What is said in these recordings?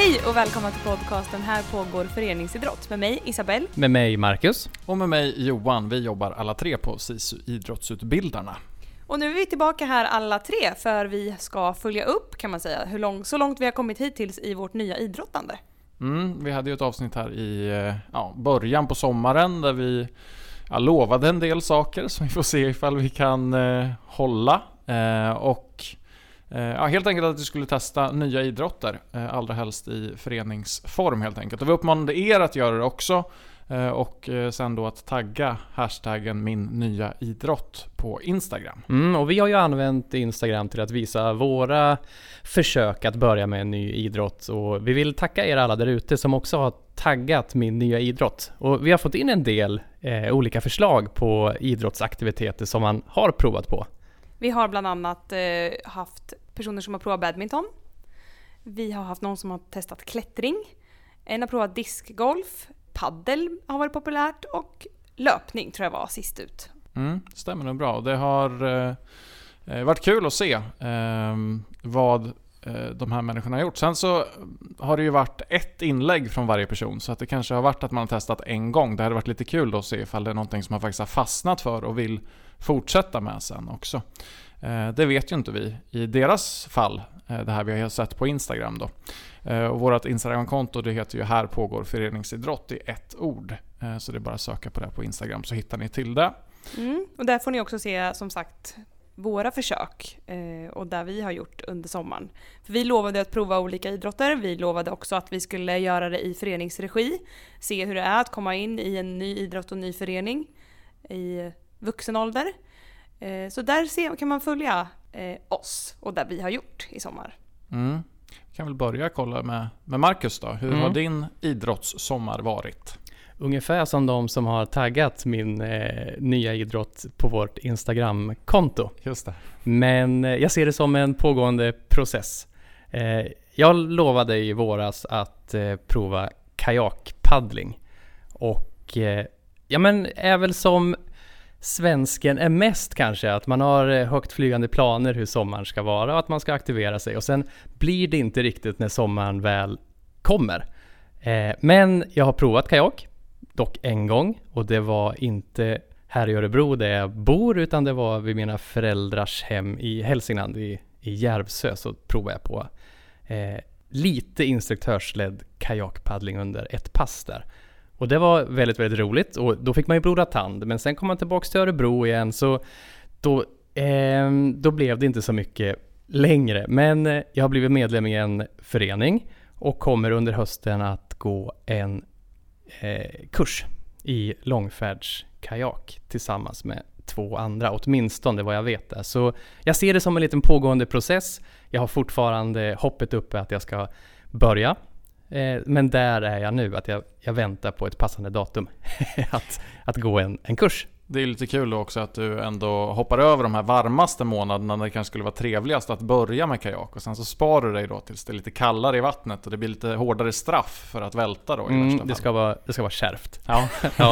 Hej och välkomna till podcasten Här pågår föreningsidrott med mig Isabelle. Med mig Marcus. Och med mig Johan. Vi jobbar alla tre på SISU Idrottsutbildarna. Och nu är vi tillbaka här alla tre för vi ska följa upp kan man säga så långt vi har kommit hittills i vårt nya idrottande. Vi hade ju ett avsnitt här i början på sommaren där vi lovade en del saker som vi får se ifall vi kan hålla. Helt enkelt att vi skulle testa nya idrotter, allra helst i föreningsform helt enkelt. Och vi uppmanade er att göra det också och sen då att tagga hashtaggen min nya idrott på Instagram. Och vi har ju använt Instagram till att visa våra försök att börja med en ny idrott. Och vi vill tacka er alla där ute som också har taggat min nya idrott. Och vi har fått in en del olika förslag på idrottsaktiviteter som man har provat på. Vi har bland annat haft personer som har provat badminton. Vi har haft någon som har testat klättring. En har provat diskgolf. Paddel har varit populärt och löpning tror jag var sist ut. Stämmer nog bra. Det har varit kul att se vad de här människorna har gjort. Sen så har det ju varit ett inlägg från varje person så att det kanske har varit att man har testat en gång. Det hade varit lite kul då att se ifall det är någonting som man faktiskt har fastnat för och vill fortsätta med sen också. Det vet ju inte vi i deras fall, det här vi har sett på Instagram då. Och vårt Instagram-konto det heter ju Här pågår föreningsidrott i ett ord. Så det är bara att söka på det på Instagram så hittar ni till det. Och där får ni också se som sagt våra försök och där vi har gjort under sommaren. För vi lovade att prova olika idrotter. Vi lovade också att vi skulle göra det i föreningsregi. Se hur det är att komma in i en ny idrott och ny förening i vuxen ålder. Så där kan man följa oss och där vi har gjort i sommar. Vi kan väl börja kolla med Marcus då. Hur har din idrottssommar varit? Ungefär som de som har taggat min nya idrott på vårt Instagram-konto. Just det. Men jag ser det som en pågående process. Jag lovade i våras att prova kajakpaddling. Och är väl som svensken är mest kanske att man har högt flygande planer hur sommaren ska vara och att man ska aktivera sig och sen blir det inte riktigt när sommaren väl kommer. Men jag har provat kajak, dock en gång och det var inte här i Örebro där jag bor utan det var vid mina föräldrars hem i Hälsingland i Järvsö så provade jag på lite instruktörsledd kajakpaddling under ett pass där. Och det var väldigt, väldigt roligt och då fick man ju blodad tand. Men sen kom man tillbaka till Örebro igen så då blev det inte så mycket längre. Men jag har blivit medlem i en förening och kommer under hösten att gå en kurs i långfärdskajak tillsammans med 2 andra, åtminstone vad jag vet där. Så jag ser det som en liten pågående process. Jag har fortfarande hoppet uppe att jag ska börja. Men där är jag nu, att jag väntar på ett passande datum att gå en kurs. Det är lite kul då också att du ändå hoppar över de här varmaste månaderna när det kanske skulle vara trevligast att börja med kajak. Och sen så sparar du dig då tills det är lite kallare i vattnet och det blir lite hårdare straff för att välta då i värsta fall. Det ska vara kärvt. Ja. Ja.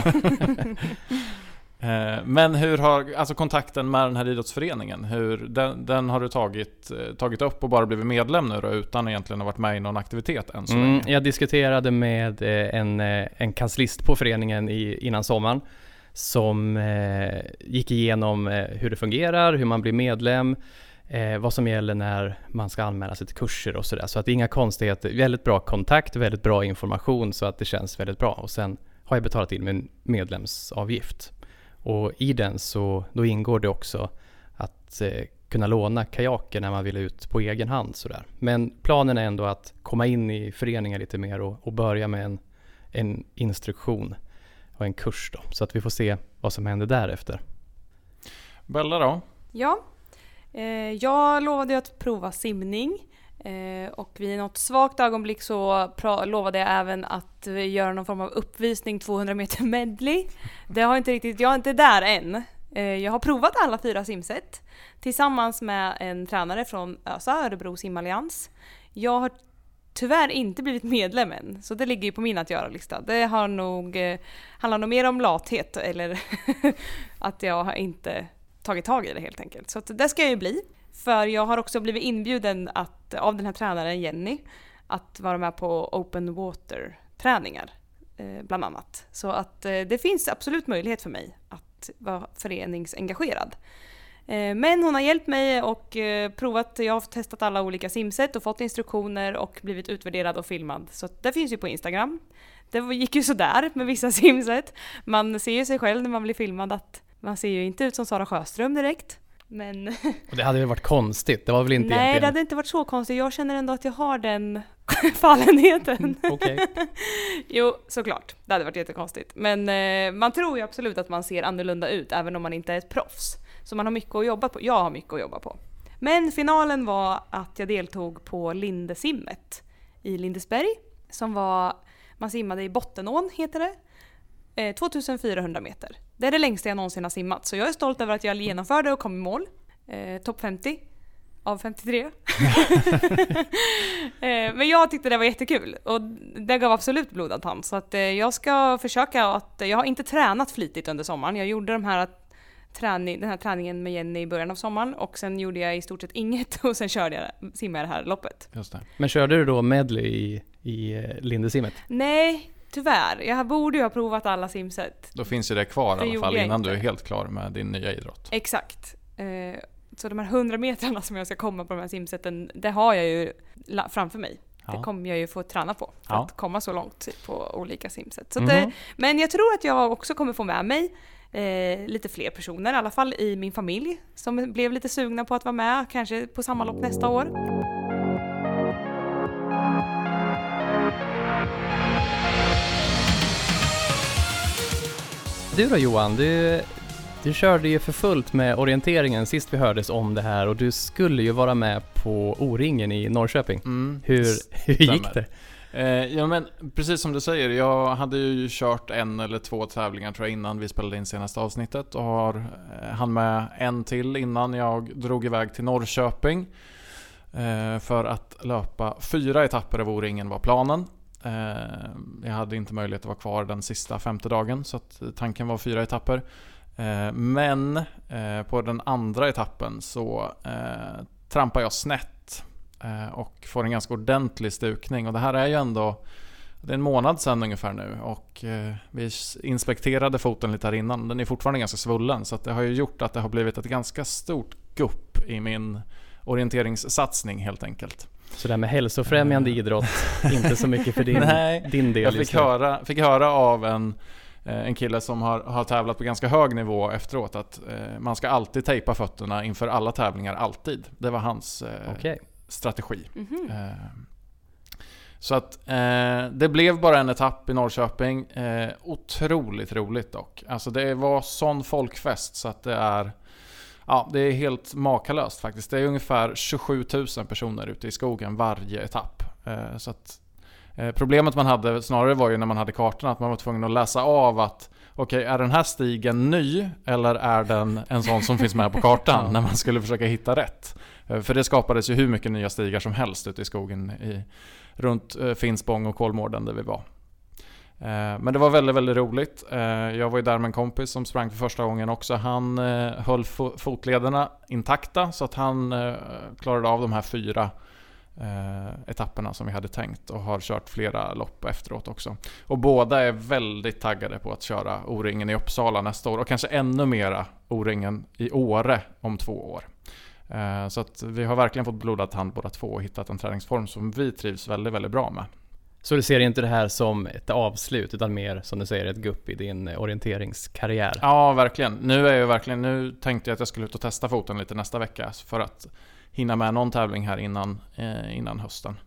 Men hur har kontakten med den här idrottsföreningen, den har du tagit upp och bara blivit medlem nu då, utan egentligen ha varit med i någon aktivitet än så länge? Jag diskuterade med en kanslist på föreningen innan sommaren som gick igenom hur det fungerar, hur man blir medlem, vad som gäller när man ska anmäla sig till kurser och sådär. Så att det är inga konstigheter, väldigt bra kontakt, väldigt bra information så att det känns väldigt bra. Och sen har jag betalat in min medlemsavgift. Och i den då ingår det också att kunna låna kajaker när man vill ut på egen hand. Sådär. Men planen är ändå att komma in i föreningen lite mer och börja med en instruktion och en kurs då. Så att vi får se vad som händer därefter. Bella då? Ja, jag lovade att prova simning. Och vid något svagt ögonblick så lovade jag även att göra någon form av uppvisning 200 meter medley. Jag är inte där än. Jag har provat alla 4 simset tillsammans med en tränare från ÖSA, Örebro Simallians. Jag har tyvärr inte blivit medlem än, så det ligger ju på min att göra-lista. Det handlar nog mer om lathet eller att jag har inte tagit tag i det helt enkelt. Så det ska jag ju bli. För jag har också blivit inbjuden av den här tränaren Jenny att vara med på open water-träningar bland annat. Så att det finns absolut möjlighet för mig att vara föreningsengagerad. Men hon har hjälpt mig och provat, jag har testat alla olika simsätt och fått instruktioner och blivit utvärderad och filmad. Så det finns ju på Instagram. Det gick ju sådär med vissa simsätt. Man ser ju sig själv när man blir filmad att man ser ju inte ut som Sara Sjöström direkt. Men Och det hade väl varit konstigt, det var väl inte nej, egentligen... det hade inte varit så konstigt. Jag känner ändå att jag har den fallenheten. Okej. Jo, såklart. Det hade varit jättekonstigt. Men man tror ju absolut att man ser annorlunda ut även om man inte är ett proffs. Så man har mycket att jobba på. Jag har mycket att jobba på. Men finalen var att jag deltog på Lindesimmet i Lindesberg. Som var, man simmade i Bottenån heter det. 2400 meter. Det är det längsta jag någonsin har simmat. Så jag är stolt över att jag genomförde och kom i mål. Topp 50 av 53. Men jag tyckte det var jättekul. Och det gav absolut blodad tand. Så att jag ska försöka att... Jag har inte tränat flitigt under sommaren. Jag gjorde den här träningen med Jenny i början av sommaren. Och sen gjorde jag i stort sett inget. Och sen simmade jag det här loppet. Just det. Men körde du då medley i Lindesimmet? Nej, tyvärr. Jag borde ju ha provat alla simsätt. Då finns ju det kvar Det i alla fall gjorde jag innan inte. du är helt klar med din nya idrott. Exakt. Så de här 100 metrarna som jag ska komma på de här simsätten, det har jag ju framför mig. Ja. Det kommer jag ju få träna på för Ja. att komma så långt på olika simsätt. Så Mhm. men jag tror att jag också kommer få med mig lite fler personer, i alla fall i min familj, som blev lite sugna på att vara med, kanske på samma lopp nästa år. Du då Johan, du körde ju för fullt med orienteringen sist vi hördes om det här och du skulle ju vara med på O-ringen i Norrköping. Hur gick det? Ja men precis som du säger, jag hade ju kört 1 eller 2 tävlingar tror jag innan vi spelade in senaste avsnittet och hann med en till innan jag drog iväg till Norrköping för att löpa 4 etapper av O-ringen var planen. Jag hade inte möjlighet att vara kvar den sista 5:e dagen så att tanken var 4 etapper. Men på den andra etappen så trampar jag snett och får en ganska ordentlig stukning. Och det här är ju ändå, det är en månad sedan ungefär nu och vi inspekterade foten lite här innan. Den är fortfarande ganska svullen så att det har ju gjort att det har blivit ett ganska stort gupp i min orienteringssatsning helt enkelt. Så där med hälsofrämjande idrott, inte så mycket för din del. Jag fick höra av en kille som har tävlat på ganska hög nivå efteråt att man ska alltid tejpa fötterna inför alla tävlingar, alltid. Det var hans strategi. Mm-hmm. Så att det blev bara en etapp i Norrköping. Otroligt roligt dock. Alltså det var sån folkfest så att det är helt makalöst faktiskt. Det är ungefär 27 000 personer ute i skogen varje etapp. Så att problemet man hade snarare var ju när man hade kartorna att man var tvungen att läsa av att okej, är den här stigen ny eller är den en sån som finns med på kartan när man skulle försöka hitta rätt. För det skapades ju hur mycket nya stigar som helst ute i skogen runt Finspång och Kolmården där vi var. Men det var väldigt, väldigt roligt. Jag var ju där med en kompis som sprang för första gången också. Han höll fotlederna intakta så att han klarade av de här 4 etapperna som vi hade tänkt och har kört flera lopp efteråt också. Och båda är väldigt taggade på att köra O-ringen i Uppsala nästa år och kanske ännu mera O-ringen i Åre om 2 år. Så att vi har verkligen fått blodad tand båda två och hittat en träningsform som vi trivs väldigt, väldigt bra med. Så du ser inte det här som ett avslut utan mer som du säger ett gupp i din orienteringskarriär? Ja, verkligen. Nu tänkte jag att jag skulle ut och testa foten lite nästa vecka för att hinna med någon tävling här innan hösten.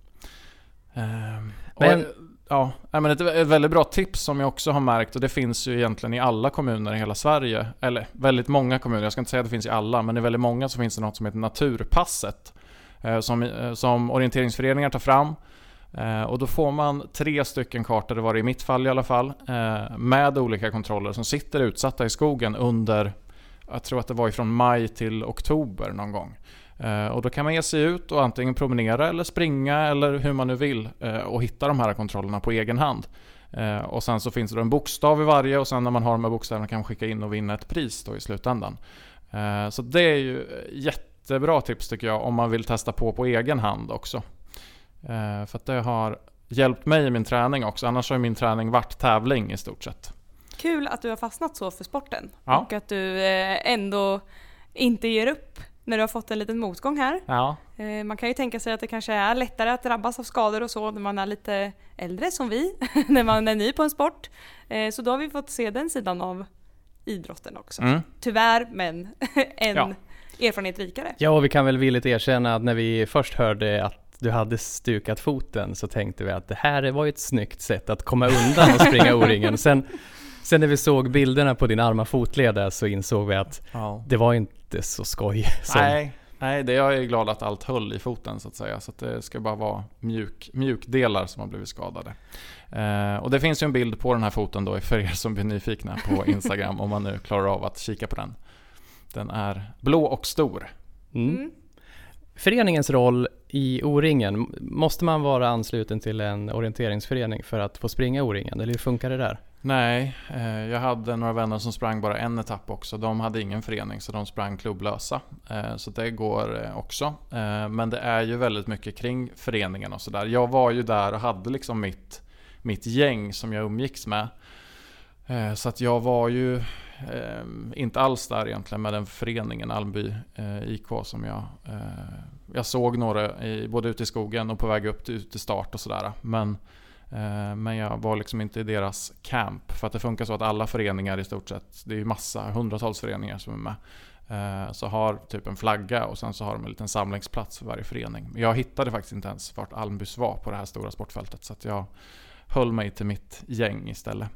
Men ett väldigt bra tips som jag också har märkt, och det finns ju egentligen i alla kommuner i hela Sverige, eller väldigt många kommuner, jag ska inte säga att det finns i alla, men i väldigt många så finns det något som heter Naturpasset som orienteringsföreningar tar fram. Och då får man 3 stycken kartor, det var det i mitt fall i alla fall, med olika kontroller som sitter utsatta i skogen under, jag tror att det var från maj till oktober någon gång. Och då kan man ge sig ut och antingen promenera eller springa eller hur man nu vill och hitta de här kontrollerna på egen hand. Och sen så finns det en bokstav i varje och sen när man har de här bokstäverna kan man skicka in och vinna ett pris då i slutändan. Så det är ju jättebra tips tycker jag om man vill testa på egen hand också. För att det har hjälpt mig i min träning också. Annars har min träning varit tävling i stort sett. Kul att du har fastnat så för sporten. Ja. Och att du ändå inte ger upp när du har fått en liten motgång här. Ja. Man kan ju tänka sig att det kanske är lättare att drabbas av skador och så när man är lite äldre som vi, när man är ny på en sport. Så då har vi fått se den sidan av idrotten också. Tyvärr, men en erfarenhet rikare. Ja, och vi kan väl villigt erkänna att när vi först hörde att du hade stukat foten så tänkte vi att det här var ju ett snyggt sätt att komma undan och springa O-ringen. Sen när vi såg bilderna på din arma fotled där så insåg vi att det var inte så skoj. Nej, det jag är glad att allt höll i foten så att säga. Så att det ska bara vara mjukdelar som har blivit skadade. Och det finns ju en bild på den här foten då för er som blir nyfikna på Instagram om man nu klarar av att kika på den. Den är blå och stor. Föreningens roll i O-ringen, måste man vara ansluten till en orienteringsförening för att få springa O-ringen? Eller hur funkar det där? Nej, jag hade några vänner som sprang bara en etapp också. De hade ingen förening så de sprang klubblösa. Så det går också. Men det är ju väldigt mycket kring föreningen och sådär. Jag var ju där och hade liksom mitt gäng som jag umgicks med. Så att jag var ju inte alls där egentligen med den föreningen Almby IK som jag såg några både ute i skogen och på väg upp till start och sådär. Men jag var liksom inte i deras camp för att det funkar så att alla föreningar i stort sett, det är ju hundratals föreningar som är med, så har typ en flagga och sen så har de en liten samlingsplats för varje förening. Jag hittade faktiskt inte ens vart Almbys var på det här stora sportfältet så att jag höll mig till mitt gäng istället.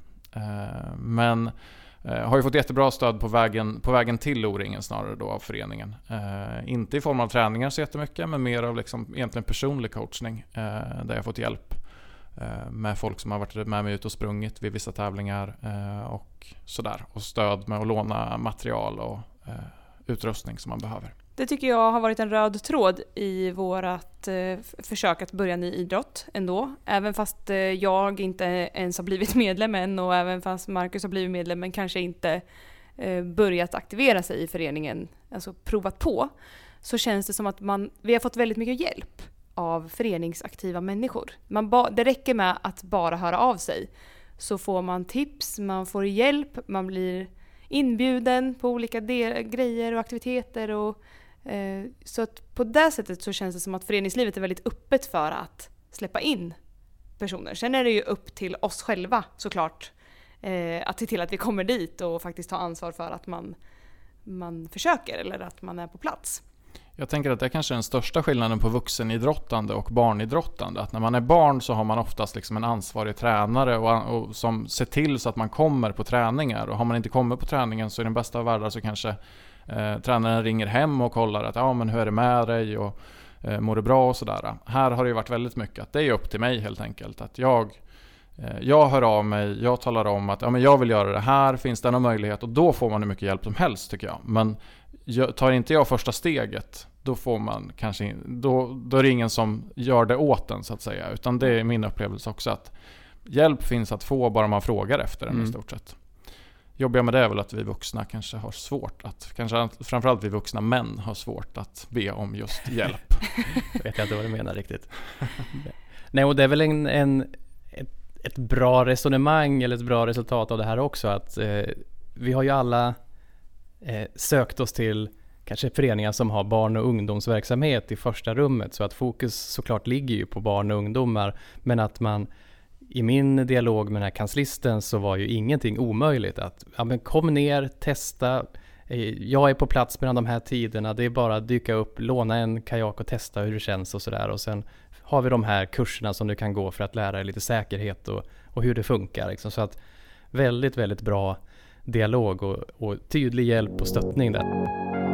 Men har ju fått jättebra stöd på vägen till O-ringen snarare då av föreningen. Inte i form av träningar så jättemycket men mer av liksom egentligen personlig coachning där jag fått hjälp med folk som har varit med mig ut och sprungit vid vissa tävlingar och sådär. Och stöd med att låna material och utrustning som man behöver. Det tycker jag har varit en röd tråd i vårat försök att börja ny idrott ändå. Även fast jag inte ens har blivit medlem än och även fast Marcus har blivit medlem men kanske inte börjat aktivera sig i föreningen, alltså provat på, så känns det som att vi har fått väldigt mycket hjälp av föreningsaktiva människor. Det räcker med att bara höra av sig så får man tips, man får hjälp, man blir inbjuden på olika grejer och aktiviteter så att på det sättet så känns det som att föreningslivet är väldigt öppet för att släppa in personer. Sen är det ju upp till oss själva såklart att se till att vi kommer dit och faktiskt ta ansvar för att man försöker eller att man är på plats. Jag tänker att det är kanske den största skillnaden på vuxenidrottande och barnidrottande. Att när man är barn så har man oftast liksom en ansvarig tränare och som ser till så att man kommer på träningar. Och har man inte kommit på träningen så i den bästa av världar så kanske tränaren ringer hem och kollar att men hur är det med dig och mår det bra och sådär. Här har det ju varit väldigt mycket att det är upp till mig helt enkelt. Att jag hör av mig, jag talar om att men jag vill göra det här, finns det någon möjlighet? Och då får man hur mycket hjälp som helst tycker jag. Men tar inte jag första steget, då får man kanske då är det ingen som gör det åt en så att säga, utan det är min upplevelse också att hjälp finns att få bara man frågar efter den i stort sett. Jobbiga med det är väl att vi vuxna kanske har svårt kanske framförallt vi vuxna män har svårt att be om just hjälp. Jag vet inte vad du menar riktigt. Nej, och det är väl ett bra resonemang eller ett bra resultat av det här också att vi har ju alla sökt oss till kanske föreningar som har barn- och ungdomsverksamhet i första rummet så att fokus såklart ligger ju på barn och ungdomar men att man i min dialog med den här kanslisten så var ju ingenting omöjligt att kom ner, testa, jag är på plats mellan de här tiderna, det är bara att dyka upp, låna en kajak och testa hur det känns och sådär och sen har vi de här kurserna som du kan gå för att lära dig lite säkerhet och hur det funkar liksom. Så att väldigt, väldigt bra dialog och tydlig hjälp och stöttning där.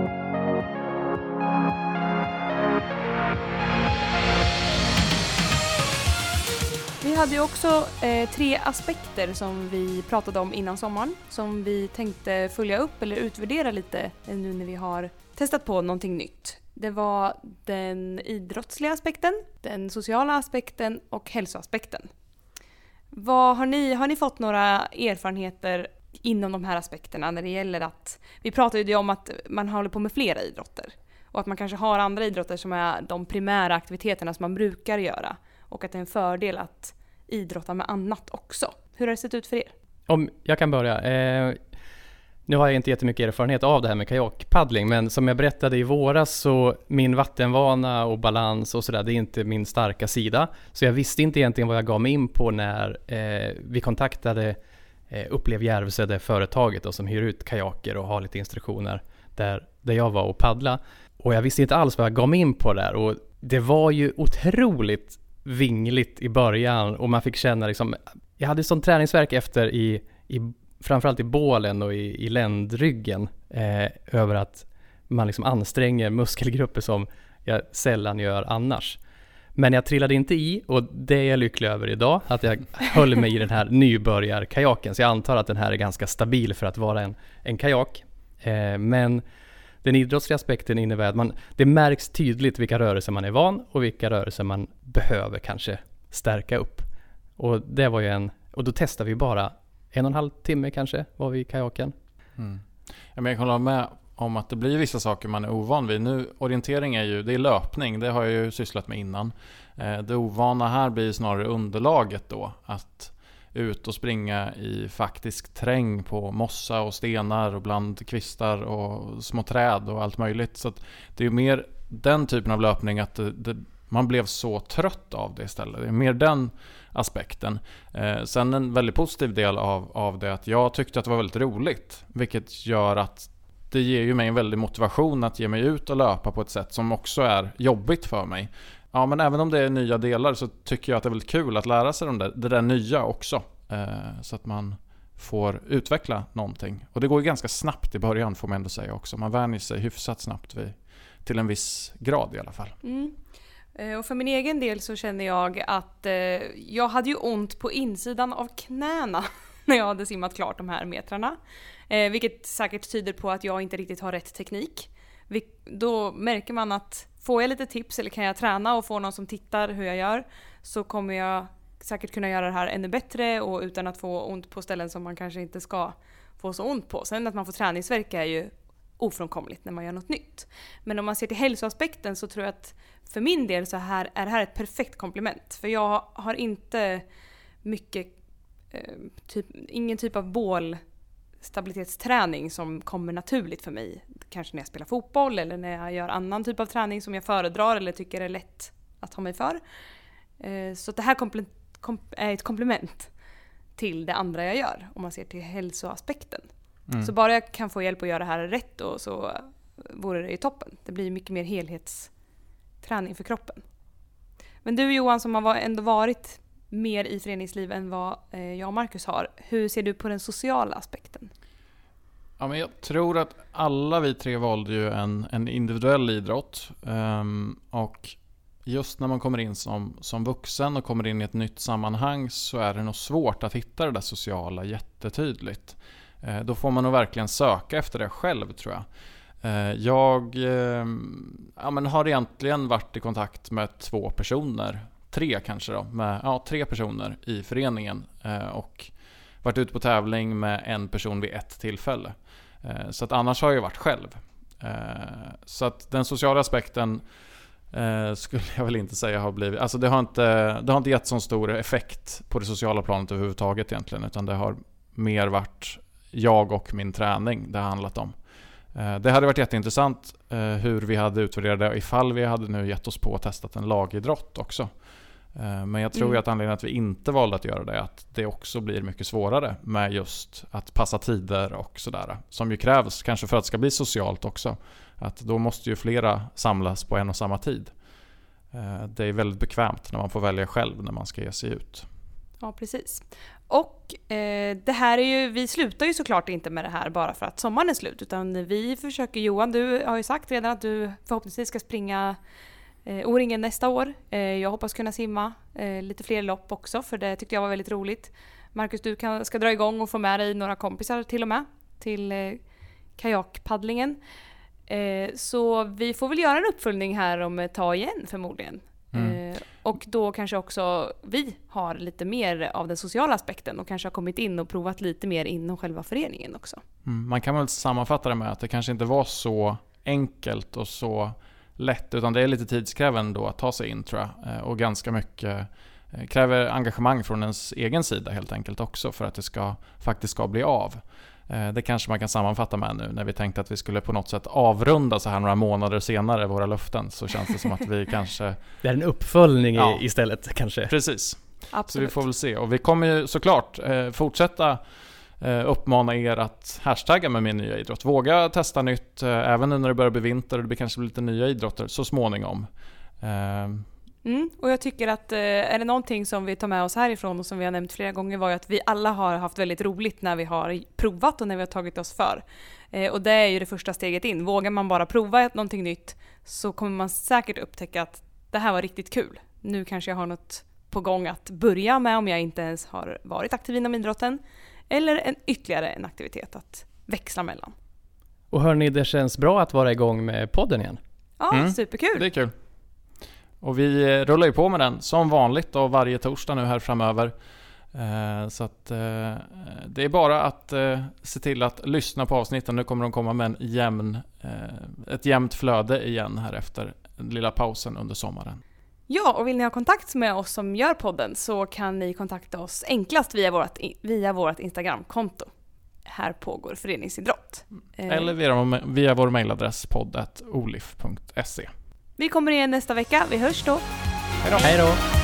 Vi hade ju också 3 aspekter som vi pratade om innan sommaren som vi tänkte följa upp eller utvärdera lite nu när vi har testat på någonting nytt. Det var den idrottsliga aspekten, den sociala aspekten och hälsoaspekten. Har ni fått några erfarenheter inom de här aspekterna när det gäller att vi pratade ju om att man håller på med flera idrotter och Och att man kanske har andra idrotter som är de primära aktiviteterna som man brukar göra. Och att det är en fördel att idrotta med annat också. Hur har det sett ut för er? Om jag kan börja. Nu har jag inte jättemycket erfarenhet av det här med kajakpaddling, men som jag berättade i våras så min vattenvana och balans och sådär, det är inte min starka sida. Så jag visste inte egentligen vad jag gav mig in på när vi kontaktade Upplev Järvsö, det företaget då, som hyr ut kajaker och har lite instruktioner där jag var och paddla. Och jag visste inte alls vad jag gav mig in på där, och det var ju otroligt vingligt i början och man fick känna liksom, jag hade sån träningsvärk efter i framförallt i bålen och i ländryggen över att man liksom anstränger muskelgrupper som jag sällan gör annars. Men jag trillade inte i, och det är jag lycklig över idag, att jag höll mig i den här nybörjarkajaken. Så jag antar att den här är ganska stabil för att vara en kajak. Men den idrottsliga aspekten innebär att det märks tydligt vilka rörelser man är van och vilka rörelser man behöver kanske stärka upp. Och det var och då testade vi bara 1,5 timme kanske var vi i kajaken. Ja, men jag kan hålla med om att det blir vissa saker man är ovan vid. Nu, orientering det är löpning, det har jag ju sysslat med innan. Det ovana här blir snarare underlaget då, att ut och springa i faktisk terräng på mossa och stenar och bland kvistar och små träd och allt möjligt. Så att det är mer den typen av löpning att man blev så trött av det istället. Det är mer den aspekten. Sen en väldigt positiv del av det, att jag tyckte att det var väldigt roligt, vilket gör att det ger ju mig en väldig motivation att ge mig ut och löpa på ett sätt som också är jobbigt för mig. Ja, men även om det är nya delar så tycker jag att det är väldigt kul att lära sig det där nya också. Så att man får utveckla någonting. Och det går ju ganska snabbt i början, får man ändå säga också. Man vänjer sig hyfsat snabbt till en viss grad i alla fall. Och för min egen del så känner jag att jag hade ju ont på insidan av knäna när jag hade simmat klart de här metrarna. Vilket säkert tyder på att jag inte riktigt har rätt teknik. Då märker man att får jag lite tips eller kan jag träna och få någon som tittar hur jag gör, så kommer jag säkert kunna göra det här ännu bättre och utan att få ont på ställen som man kanske inte ska få så ont på. Sen att man får träningsvärk är ju ofrånkomligt när man gör något nytt. Men om man ser till hälsoaspekten så tror jag att för min del så är det här ett perfekt komplement. För jag har inte mycket, ingen typ av bålstabilitetsträning som kommer naturligt för mig. Kanske när jag spelar fotboll eller när jag gör annan typ av träning som jag föredrar eller tycker är lätt att ha mig för. Så det här är ett komplement till det andra jag gör om man ser till hälsoaspekten. Så bara jag kan få hjälp att göra det här rätt och så vore det ju toppen. Det blir mycket mer helhetsträning för kroppen. Men du Johan som har ändå varit mer i föreningsliv än vad jag och Marcus har. Hur ser du på den sociala aspekten? Ja, men jag tror att alla vi tre valde ju en individuell idrott. Och just när man kommer in som vuxen och kommer in i ett nytt sammanhang så är det nog svårt att hitta det där sociala jättetydligt. Då får man nog verkligen söka efter det själv, tror jag. Jag har egentligen varit i kontakt med 2 personer, 3 kanske då, med 3 personer i föreningen och varit ute på tävling med en person vid ett tillfälle. Så att annars har jag varit själv. Så att den sociala aspekten skulle jag väl inte säga har blivit, alltså det har inte gett så stor effekt på det sociala planet överhuvudtaget egentligen, utan det har mer varit jag och min träning det har handlat om. Det hade varit jätteintressant hur vi hade utvärderat det ifall vi hade nu gett oss på och testat en lagidrott också. Men jag tror ju att anledningen att vi inte valde att göra det är att det också blir mycket svårare med just att passa tider och sådär. Som ju krävs kanske för att det ska bli socialt också. Att då måste ju flera samlas på en och samma tid. Det är väldigt bekvämt när man får välja själv när man ska ge sig ut. Ja, precis. Och det här vi slutar ju såklart inte med det här bara för att sommaren är slut, utan vi försöker, Johan, du har ju sagt redan att du förhoppningsvis ska springa O-ringen nästa år. Jag hoppas kunna simma lite fler lopp också, för det tyckte jag var väldigt roligt. Marcus, du ska dra igång och få med dig några kompisar till och med till kajakpaddlingen. Så vi får väl göra en uppföljning här om ett tag igen förmodligen. Och då kanske också vi har lite mer av den sociala aspekten och kanske har kommit in och provat lite mer inom själva föreningen också. Man kan väl sammanfatta det med att det kanske inte var så enkelt och så lätt, utan det är lite tidskrävande då att ta sig in, tror jag. Och ganska mycket kräver engagemang från ens egen sida helt enkelt också för att det faktiskt ska bli av. Det kanske man kan sammanfatta med nu när vi tänkte att vi skulle på något sätt avrunda så här några månader senare våra löften, så känns det som att vi kanske... Det är en uppföljning istället kanske. Precis. Absolut. Så vi får väl se. Och vi kommer ju såklart fortsätta uppmana er att hashtagga med min nya idrott. Våga testa nytt även när det börjar bli vinter och det kanske blir lite nya idrotter så småningom. Och jag tycker att är det någonting som vi tar med oss härifrån och som vi har nämnt flera gånger var ju att vi alla har haft väldigt roligt när vi har provat och när vi har tagit oss för. Och det är ju det första steget in. Vågar man bara prova någonting nytt så kommer man säkert upptäcka att det här var riktigt kul. Nu kanske jag har något på gång att börja med om jag inte ens har varit aktiv inom idrotten. Eller ytterligare en aktivitet att växla mellan. Och hörni, det känns bra att vara igång med podden igen. Ja, superkul. Det är kul. Och vi rullar ju på med den som vanligt och varje torsdag nu här framöver. Så att det är bara att se till att lyssna på avsnitten. Nu kommer de komma med ett jämnt flöde igen här efter den lilla pausen under sommaren. Ja, och vill ni ha kontakt med oss som gör podden så kan ni kontakta oss enklast via vårt Instagramkonto. Här pågår föreningsidrott. Eller via vår mejladress podd@olif.se. Vi kommer igen nästa vecka. Vi hörs då. Hej då! Hej då!